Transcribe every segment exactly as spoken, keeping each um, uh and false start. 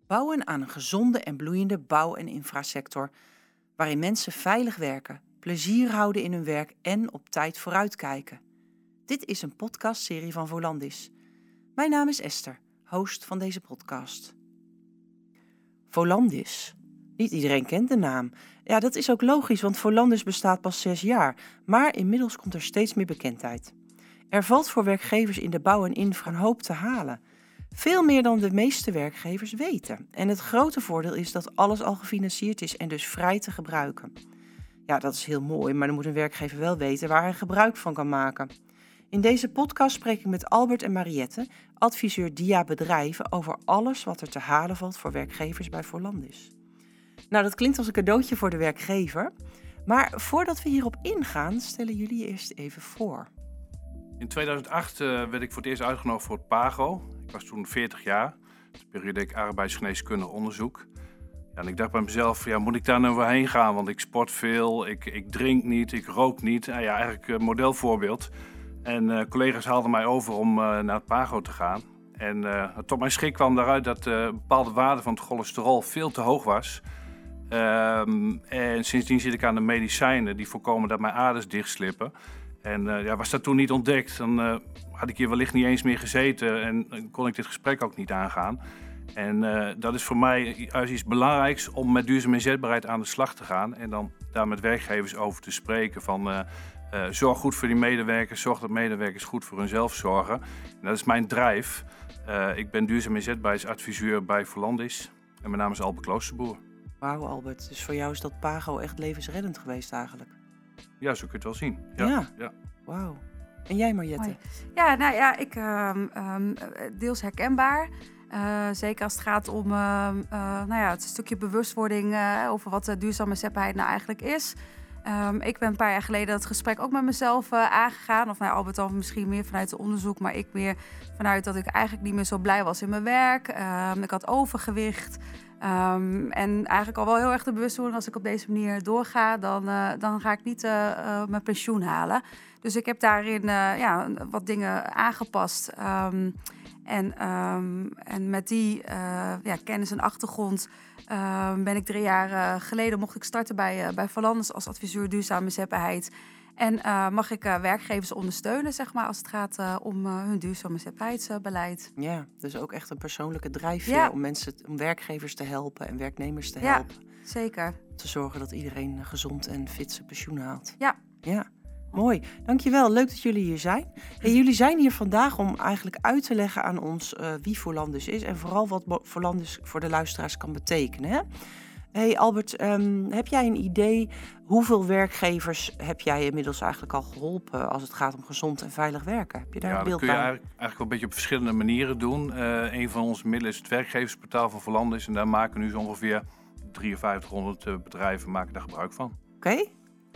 Bouwen aan een gezonde en bloeiende bouw- en infrasector waarin mensen veilig werken, plezier houden in hun werk en op tijd vooruitkijken. Dit is een podcastserie van Volandis. Mijn naam is Esther, host van deze podcast. Volandis. Niet iedereen kent de naam. Ja, dat is ook logisch, want Volandis bestaat pas zes jaar, maar inmiddels komt er steeds meer bekendheid. Er valt voor werkgevers in de bouw en infra een hoop te halen. Veel meer dan de meeste werkgevers weten. En het grote voordeel is dat alles al gefinancierd is en dus vrij te gebruiken. Ja, dat is heel mooi, maar dan moet een werkgever wel weten waar hij gebruik van kan maken. In deze podcast spreek ik met Albert en Mariette, adviseur D I A bedrijven, over alles wat er te halen valt voor werkgevers bij Volandis. Nou, dat klinkt als een cadeautje voor de werkgever. Maar voordat we hierop ingaan, stellen jullie je eerst even voor. In tweeduizend acht uh, werd ik voor het eerst uitgenodigd voor het PAGO. Ik was toen veertig jaar. De periode deed ik arbeidsgeneeskundig onderzoek. Ja, en ik dacht bij mezelf, ja, moet ik daar nou weer heen gaan? Want ik sport veel, ik, ik drink niet, ik rook niet. Nou ja, eigenlijk een modelvoorbeeld. En uh, collega's haalden mij over om uh, naar het PAGO te gaan. En uh, tot mijn schrik kwam daaruit dat uh, een bepaalde waarde van het cholesterol veel te hoog was. Um, en sindsdien zit ik aan de medicijnen die voorkomen dat mijn aders dichtslippen. En uh, ja, was dat toen niet ontdekt, dan uh, had ik hier wellicht niet eens meer gezeten en uh, kon ik dit gesprek ook niet aangaan. En uh, dat is voor mij juist iets belangrijks om met duurzame inzetbaarheid aan de slag te gaan. En dan daar met werkgevers over te spreken van uh, uh, zorg goed voor die medewerkers, zorg dat medewerkers goed voor hunzelf zorgen. En dat is mijn drive. Uh, ik ben duurzame inzetbaarheidsadviseur bij Volandis en mijn naam is Albert Kloosterboer. Wauw Albert, dus voor jou is dat PAGO echt levensreddend geweest eigenlijk? Ja, zo kun je het wel zien. Ja, ja. ja. Wauw. En jij Mariette? Hoi. Ja, nou ja, ik um, um, deels herkenbaar. Uh, zeker als het gaat om uh, uh, nou ja, het stukje bewustwording uh, over wat uh, duurzame inzetbaarheid nou eigenlijk is. Um, ik ben een paar jaar geleden dat gesprek ook met mezelf uh, aangegaan. Of nou, Albert dan misschien meer vanuit het onderzoek, maar ik meer vanuit dat ik eigenlijk niet meer zo blij was in mijn werk. Um, ik had overgewicht. Um, en eigenlijk al wel heel erg de bewustwording, als ik op deze manier doorga, dan, uh, dan ga ik niet uh, uh, mijn pensioen halen. Dus ik heb daarin uh, ja, wat dingen aangepast. Um, en, um, en met die uh, ja, kennis en achtergrond uh, ben ik drie jaar uh, geleden mocht ik starten bij, uh, bij Volandis als adviseur duurzame inzetbaarheid. En uh, mag ik uh, werkgevers ondersteunen, zeg maar, als het gaat uh, om uh, hun duurzame inzetbaarheidsbeleid. Ja, dus ook echt een persoonlijke drijfveer ja. om mensen, om werkgevers te helpen en werknemers te ja, helpen. Zeker. Te zorgen dat iedereen gezond en fit zijn pensioen haalt. Ja. Ja, mooi. Dankjewel. Leuk dat jullie hier zijn. En jullie zijn hier vandaag om eigenlijk uit te leggen aan ons uh, wie Volandis is en vooral wat Volandis voor de luisteraars kan betekenen, hè? Hey Albert, um, heb jij een idee hoeveel werkgevers heb jij inmiddels eigenlijk al geholpen als het gaat om gezond en veilig werken? Heb je daar ja, een beeld bij? Ja, dat kun je bij? eigenlijk, eigenlijk wel een beetje op verschillende manieren doen. Uh, een van onze middelen is het werkgeversportaal van Volandis en daar maken nu zo ongeveer vijfenvijftighonderd uh, bedrijven maken daar gebruik van. Oké. Okay.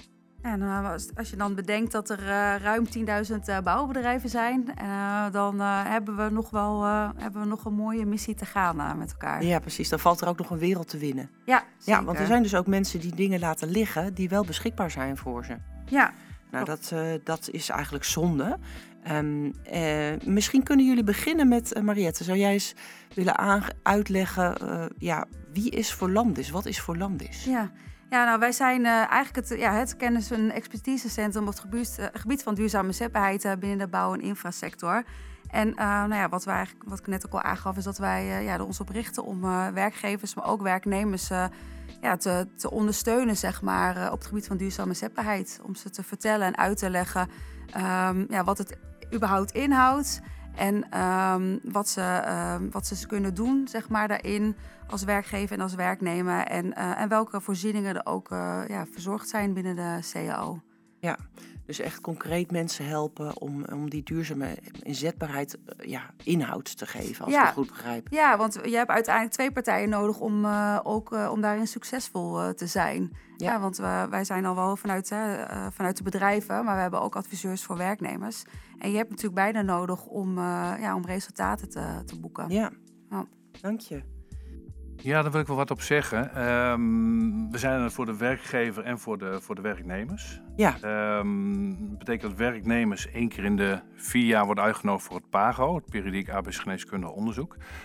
En uh, als je dan bedenkt dat er uh, ruim tienduizend uh, bouwbedrijven zijn, uh, dan uh, hebben we nog wel uh, hebben we nog een mooie missie te gaan uh, met elkaar. Ja, precies. Dan valt er ook nog een wereld te winnen. Ja, zeker. Ja, want er zijn dus ook mensen die dingen laten liggen die wel beschikbaar zijn voor ze. Ja. Nou, dat, uh, dat is eigenlijk zonde. Um, uh, misschien kunnen jullie beginnen met uh, Mariette. Zou jij eens willen aan- uitleggen, uh, ja, wie is Volandis? Wat is Volandis? Ja. Ja, nou, wij zijn uh, eigenlijk het, ja, het kennis- en expertisecentrum op het gebied, uh, gebied van duurzame inzetbaarheid uh, binnen de bouw- en infrasector. En uh, nou ja, wat, wij eigenlijk, wat ik net ook al aangaf, is dat wij uh, ja, er ons op richten om uh, werkgevers, maar ook werknemers uh, ja, te, te ondersteunen, zeg maar, uh, op het gebied van duurzame inzetbaarheid. Om ze te vertellen en uit te leggen um, ja, wat het überhaupt inhoudt. En um, wat, ze, um, wat ze kunnen doen, zeg maar, daarin als werkgever en als werknemer. En, uh, en welke voorzieningen er ook uh, ja, verzorgd zijn binnen de C A O. Ja, dus echt concreet mensen helpen om, om die duurzame inzetbaarheid uh, ja, inhoud te geven, als ja. ik het goed begrijp. Ja, want je hebt uiteindelijk twee partijen nodig om, uh, ook, uh, om daarin succesvol uh, te zijn. Ja, ja want uh, wij zijn al wel vanuit, uh, vanuit de bedrijven, maar we hebben ook adviseurs voor werknemers. En je hebt natuurlijk beide nodig om, uh, ja, om resultaten te, te boeken. Ja, ja. Dank je. Ja, daar wil ik wel wat op zeggen. Um, we zijn er voor de werkgever en voor de, voor de werknemers. Ja. Um, dat betekent dat werknemers één keer in de vier jaar worden uitgenodigd voor het PAGO, het periodiek arbeidsgeneeskundig onderzoek.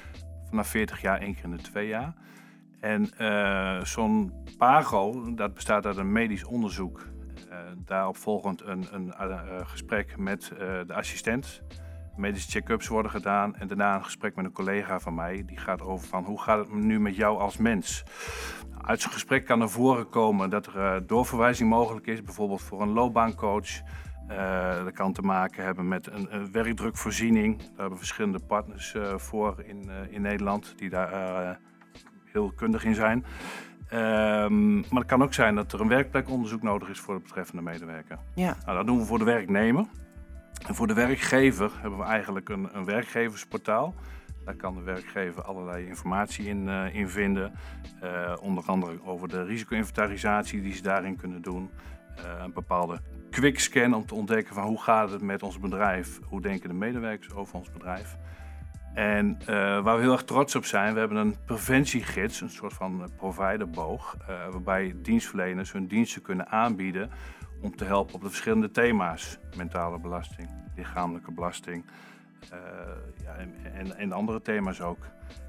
vanaf veertig jaar één keer in de twee jaar. En uh, zo'n PAGO, dat bestaat uit een medisch onderzoek. Uh, daarop volgend een, een uh, gesprek met uh, de assistent. Medische check-ups worden gedaan en daarna een gesprek met een collega van mij. Die gaat over van hoe gaat het nu met jou als mens? Uit zo'n gesprek kan naar voren komen dat er uh, doorverwijzing mogelijk is, bijvoorbeeld voor een loopbaancoach. Uh, dat kan te maken hebben met een, een werkdrukvoorziening. Daar hebben we verschillende partners uh, voor in, uh, in Nederland die daar uh, heel kundig in zijn. Um, maar het kan ook zijn dat er een werkplekonderzoek nodig is voor de betreffende medewerker. Ja. Nou, dat doen we voor de werknemer. En voor de werkgever hebben we eigenlijk een, een werkgeversportaal. Daar kan de werkgever allerlei informatie in, uh, in vinden. Uh, onder andere over de risico-inventarisatie die ze daarin kunnen doen. Uh, een bepaalde quickscan om te ontdekken van hoe gaat het met ons bedrijf. Hoe denken de medewerkers over ons bedrijf. En uh, waar we heel erg trots op zijn, we hebben een preventiegids, een soort van providerboog. Uh, waarbij dienstverleners hun diensten kunnen aanbieden om te helpen op de verschillende thema's. Mentale belasting, lichamelijke belasting uh, ja, en, en, en andere thema's ook.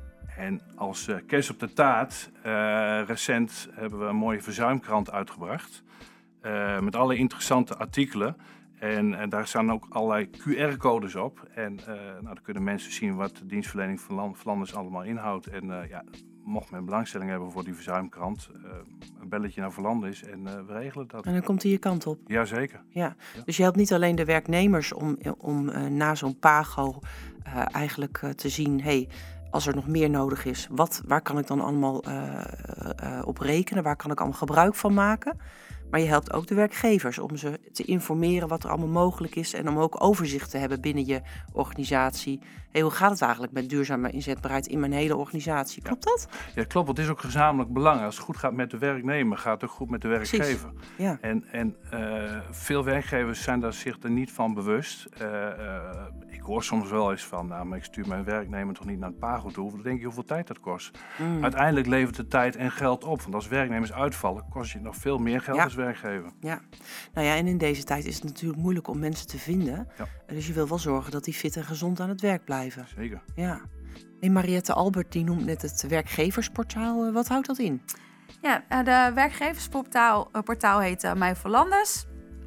En als uh, kerst op de taart, uh, recent hebben we een mooie verzuimkrant uitgebracht. Uh, met alle interessante artikelen. En, en daar staan ook allerlei Q R-codes op. En uh, nou, dan kunnen mensen zien wat de dienstverlening van Flanders allemaal inhoudt. En uh, ja, mocht men belangstelling hebben voor die verzuimkrant, uh, een belletje naar Flanders en uh, we regelen dat. En dan komt hij je kant op. Jazeker. Ja. Ja. Dus je helpt niet alleen de werknemers om, om uh, na zo'n PAGO uh, eigenlijk uh, te zien, hey, als er nog meer nodig is, wat, waar kan ik dan allemaal uh, uh, op rekenen? Waar kan ik allemaal gebruik van maken? Maar je helpt ook de werkgevers om ze te informeren wat er allemaal mogelijk is en om ook overzicht te hebben binnen je organisatie. Hey, hoe gaat het eigenlijk met duurzame inzetbaarheid in mijn hele organisatie? Klopt dat? Ja, klopt. Want het is ook gezamenlijk belang. Als het goed gaat met de werknemer, gaat het ook goed met de werkgever. Ja. En, en uh, veel werkgevers zijn daar zich er niet van bewust. Uh, uh, ik hoor soms wel eens van, nou, maar ik stuur mijn werknemer toch niet naar het PAGO toe. Dan denk je hoeveel tijd dat kost. Mm. Uiteindelijk levert het tijd en geld op. Want als werknemers uitvallen, kost je nog veel meer geld ja. als werkgever. Ja, nou ja, en in deze tijd is het natuurlijk moeilijk om mensen te vinden. Ja. Dus je wil wel zorgen dat die fit en gezond aan het werk blijven. Zeker. Ja. Hey, Mariette Albert die noemt net het werkgeversportaal. Wat houdt dat in? Ja, de werkgeversportaal portaal heet uh, Mij voor Landers.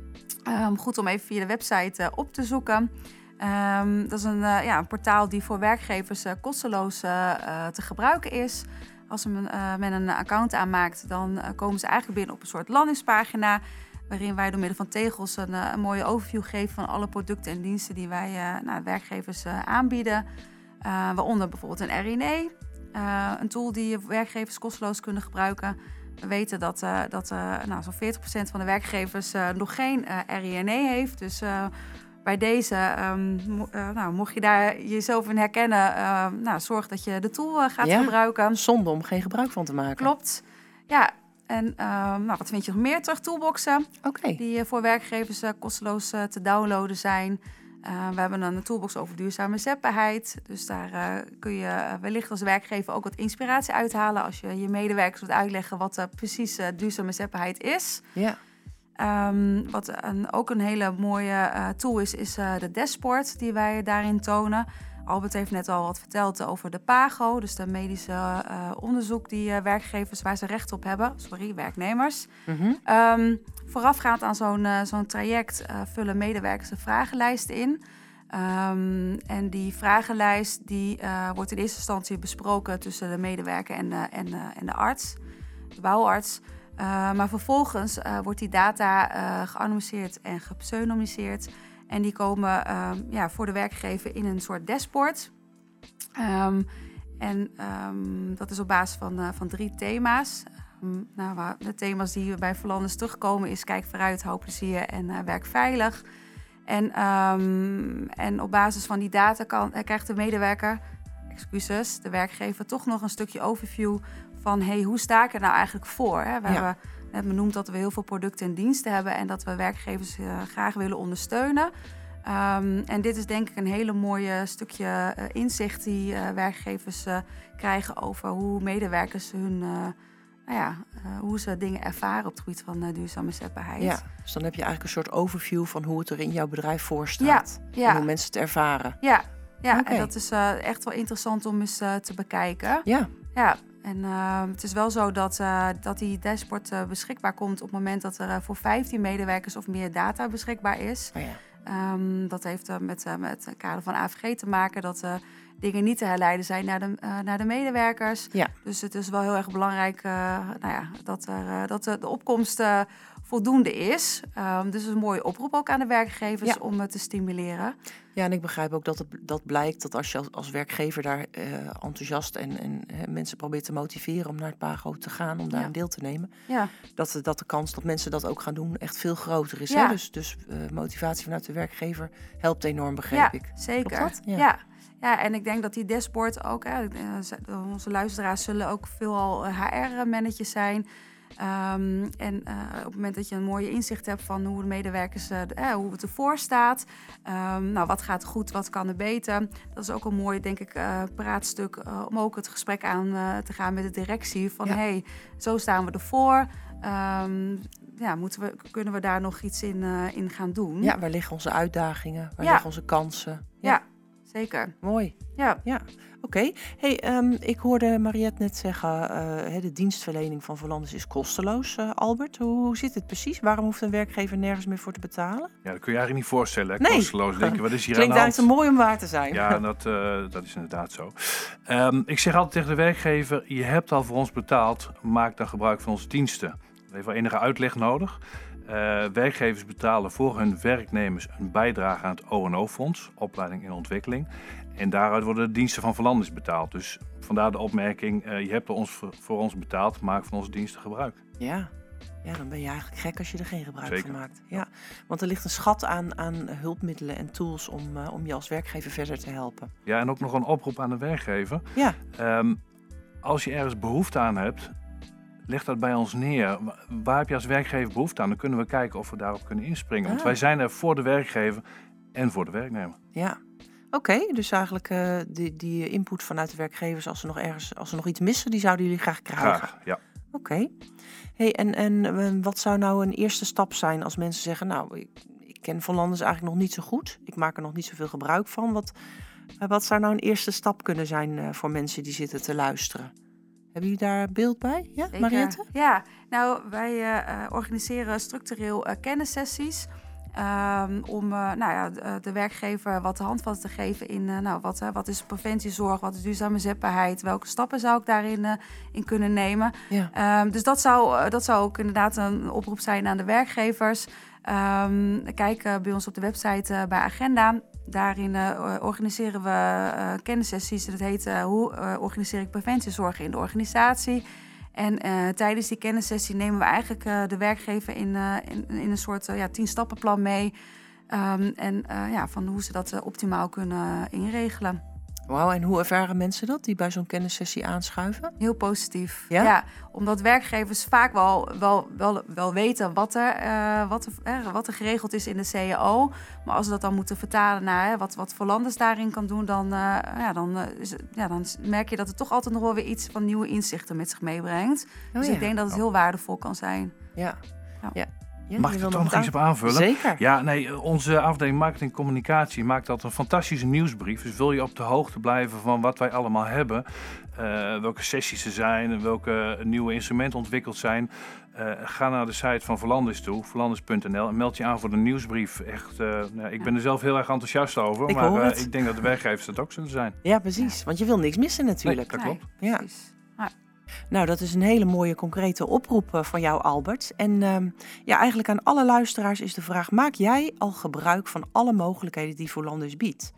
Um, goed om even via de website uh, op te zoeken. Um, dat is een, uh, ja, een portaal die voor werkgevers uh, kosteloos uh, uh, te gebruiken is. Als men, uh, men een account aanmaakt, dan uh, komen ze eigenlijk binnen op een soort landingspagina, waarin wij door middel van tegels een, uh, een mooie overview geven van alle producten en diensten die wij uh, nou, werkgevers uh, aanbieden. Uh, waaronder bijvoorbeeld een R I N E, uh, een tool die werkgevers kosteloos kunnen gebruiken. We weten dat, uh, dat uh, nou, zo'n veertig procent van de werkgevers uh, nog geen uh, R I N E heeft. Dus uh, bij deze, um, mo- uh, nou, mocht je daar jezelf in herkennen, uh, nou, zorg dat je de tool uh, gaat ja, gebruiken. Zonde om geen gebruik van te maken. Klopt. Ja, en uh, nou, wat vind je nog meer terug? Toolboxen, okay. die uh, voor werkgevers uh, kosteloos uh, te downloaden zijn. Uh, we hebben een toolbox over duurzame zetbaarheid. Dus daar uh, kun je uh, wellicht als werkgever ook wat inspiratie uithalen als je je medewerkers wilt uitleggen wat uh, precies uh, duurzame zetbaarheid is. Ja. Um, wat een, ook een hele mooie uh, tool is, is uh, de dashboard die wij daarin tonen. Albert heeft net al wat verteld over de PAGO, dus de medische uh, onderzoek die uh, werkgevers waar ze recht op hebben, sorry, werknemers. Mm-hmm. Um, voorafgaand aan zo'n, uh, zo'n traject uh, vullen medewerkers een vragenlijst in. Um, en die vragenlijst die, uh, wordt in eerste instantie besproken tussen de medewerker en, uh, en, uh, en de arts, de bouwarts. Uh, maar vervolgens uh, wordt die data uh, geanonimiseerd en gepseudonymiseerd. En die komen um, ja, voor de werkgever in een soort dashboard. Um, en um, dat is op basis van, uh, van drie thema's. Um, nou, waar de thema's die bij Verlanders terugkomen is kijk vooruit, hou plezier en uh, werk veilig. En, um, en op basis van die data kan, uh, krijgt de medewerker, excuses, de werkgever toch nog een stukje overview van hey, hoe sta ik er nou eigenlijk voor? Hè? We ja. hebben net benoemd dat we heel veel producten en diensten hebben en dat we werkgevers uh, graag willen ondersteunen. Um, en dit is denk ik een hele mooie stukje uh, inzicht die uh, werkgevers uh, krijgen over hoe medewerkers hun, uh, nou ja, uh, hoe ze dingen ervaren op het gebied van uh, duurzame zetbaarheid. Ja, dus dan heb je eigenlijk een soort overview van hoe het er in jouw bedrijf voor staat. Ja, ja. En hoe mensen het ervaren. Ja. ja Okay. en dat is uh, echt wel interessant om eens uh, te bekijken. Ja. Ja, en uh, het is wel zo dat, uh, dat die dashboard uh, beschikbaar komt op het moment dat er uh, voor vijftien medewerkers of meer data beschikbaar is. Oh ja. Um, dat heeft uh, met, uh, met het kader van A V G te maken dat uh, dingen niet te herleiden zijn naar de, uh, naar de medewerkers. Ja. Dus het is wel heel erg belangrijk uh, nou ja, dat, er, uh, dat de opkomst uh, voldoende is. Um, dus het is een mooie oproep ook aan de werkgevers ja. om het te stimuleren. Ja, en ik begrijp ook dat het dat blijkt dat als je als, als werkgever daar uh, enthousiast en, en uh, mensen probeert te motiveren om naar het PAGO te gaan, om daar ja. een deel te nemen, ja. dat, dat de kans dat mensen dat ook gaan doen echt veel groter is. Ja. Hè? Dus, dus uh, motivatie vanuit de werkgever helpt enorm, begreep ja, ik. Zeker. Klopt dat? Ja. ja. Ja, en ik denk dat die dashboard ook, hè, onze luisteraars zullen ook veelal H R-managers zijn. Um, en uh, op het moment dat je een mooie inzicht hebt van hoe de medewerkers, uh, eh, hoe het ervoor staat. Um, nou, wat gaat goed, wat kan er beter. Dat is ook een mooi, denk ik, uh, praatstuk uh, om ook het gesprek aan uh, te gaan met de directie. Van, hé, ja. hey, zo staan we ervoor. Um, ja, moeten we, kunnen we daar nog iets in, uh, in gaan doen? Ja, waar liggen onze uitdagingen? Waar ja. liggen onze kansen? Ja, ja zeker. Mooi. Ja. ja. Oké. Okay. Hey, um, ik hoorde Mariette net zeggen, uh, de dienstverlening van Volandis is kosteloos. Uh, Albert, hoe, hoe zit het precies? Waarom hoeft een werkgever nergens meer voor te betalen? Ja, dat kun je eigenlijk niet voorstellen. Hè? Nee. Kosteloos. Denk je, wat is hier Klinkt aan de hand? eigenlijk te mooi om waar te zijn. Ja, dat, uh, dat is inderdaad zo. Um, ik zeg altijd tegen de werkgever, je hebt al voor ons betaald, maak dan gebruik van onze diensten. Dat heeft wel enige uitleg nodig. Uh, werkgevers betalen voor hun werknemers een bijdrage aan het O en O-fonds, opleiding en ontwikkeling. En daaruit worden de diensten van Volandis betaald. Dus vandaar de opmerking, uh, je hebt er ons voor, voor ons betaald, maak van onze diensten gebruik. Ja. ja, dan ben je eigenlijk gek als je er geen gebruik Zeker. van maakt. Ja. Want er ligt een schat aan, aan hulpmiddelen en tools om, uh, om je als werkgever verder te helpen. Ja, en ook nog een oproep aan de werkgever. Ja. Um, als je ergens behoefte aan hebt, leg dat bij ons neer. Waar heb je als werkgever behoefte aan? Dan kunnen we kijken of we daarop kunnen inspringen. Want ah. wij zijn er voor de werkgever en voor de werknemer. Ja, oké. Okay, dus eigenlijk uh, die, die input vanuit de werkgevers, als ze nog ergens, als ze nog iets missen, die zouden jullie graag krijgen. Graag, ja. Oké. Okay. Hey, en, en wat zou nou een eerste stap zijn als mensen zeggen, nou, ik, ik ken Volandis eigenlijk nog niet zo goed. Ik maak er nog niet zoveel gebruik van. Wat, uh, wat zou nou een eerste stap kunnen zijn uh, voor mensen die zitten te luisteren? Hebben jullie daar beeld bij? Ja, Mariette? Ja, nou, wij uh, organiseren structureel uh, kennissessies. Um, om uh, nou ja, de, de werkgever wat de handvatten te geven in uh, nou, wat, uh, wat is preventiezorg, wat is duurzame zetbaarheid, welke stappen zou ik daarin uh, in kunnen nemen. Ja. Um, dus dat zou, uh, dat zou ook inderdaad een oproep zijn aan de werkgevers. Um, kijk uh, bij ons op de website uh, bij Agenda. Daarin uh, organiseren we uh, kennissessies. Dat heet uh, hoe uh, organiseer ik preventiezorg in de organisatie. En uh, tijdens die kennissessie nemen we eigenlijk uh, de werkgever in, uh, in, in een soort uh, ja, tien-stappenplan mee. Um, en uh, ja, van hoe ze dat uh, optimaal kunnen inregelen. Wauw, en hoe ervaren mensen dat, die bij zo'n kennissessie aanschuiven? Heel positief. Ja? Ja, omdat werkgevers vaak wel, wel, wel, wel weten wat er, uh, wat, er, eh, wat er geregeld is in de C A O. Maar als ze dat dan moeten vertalen naar hè, wat, wat Volandis daarin kan doen, dan, uh, ja, dan, uh, is, ja, dan merk je dat het toch altijd nog wel weer iets van nieuwe inzichten met zich meebrengt. Oh, dus ja. ik denk dat het heel waardevol kan zijn. Ja, ja. ja. Ja, Mag ik er toch nog iets op aanvullen? Zeker. Ja, nee, onze afdeling marketing en communicatie maakt dat een fantastische nieuwsbrief. Dus wil je op de hoogte blijven van wat wij allemaal hebben, uh, welke sessies er zijn en welke nieuwe instrumenten ontwikkeld zijn, uh, ga naar de site van Volandis toe, volandis punt n l, en meld je aan voor de nieuwsbrief. Echt, uh, nou, ik ben er zelf heel erg enthousiast over, ik maar uh, ik denk dat de werkgevers dat ook zullen zijn. Ja, precies. Ja. Want je wil niks missen natuurlijk. Nee, dat klopt. Nee, ja. Nou, dat is een hele mooie concrete oproep uh, van jou, Albert. En uh, ja, eigenlijk aan alle luisteraars is de vraag, maak jij al gebruik van alle mogelijkheden die Volandis biedt?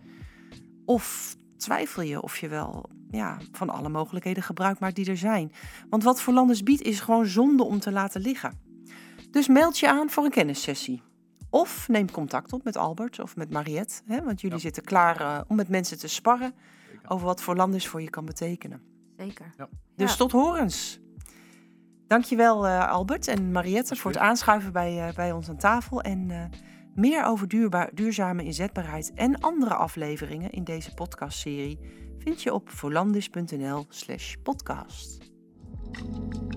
Of twijfel je of je wel ja, van alle mogelijkheden gebruik maakt die er zijn? Want wat Volandis biedt is gewoon zonde om te laten liggen. Dus meld je aan voor een kennissessie. Of neem contact op met Albert of met Mariette. Hè, want jullie ja. zitten klaar uh, om met mensen te sparren over wat Volandis voor je kan betekenen. Zeker. Ja. Dus ja. tot horens. Dankjewel uh, Albert en Mariette voor het aanschuiven bij, uh, bij ons aan tafel. En uh, meer over duurbaar, duurzame inzetbaarheid en andere afleveringen in deze podcastserie vind je op volandis punt n l slash podcast.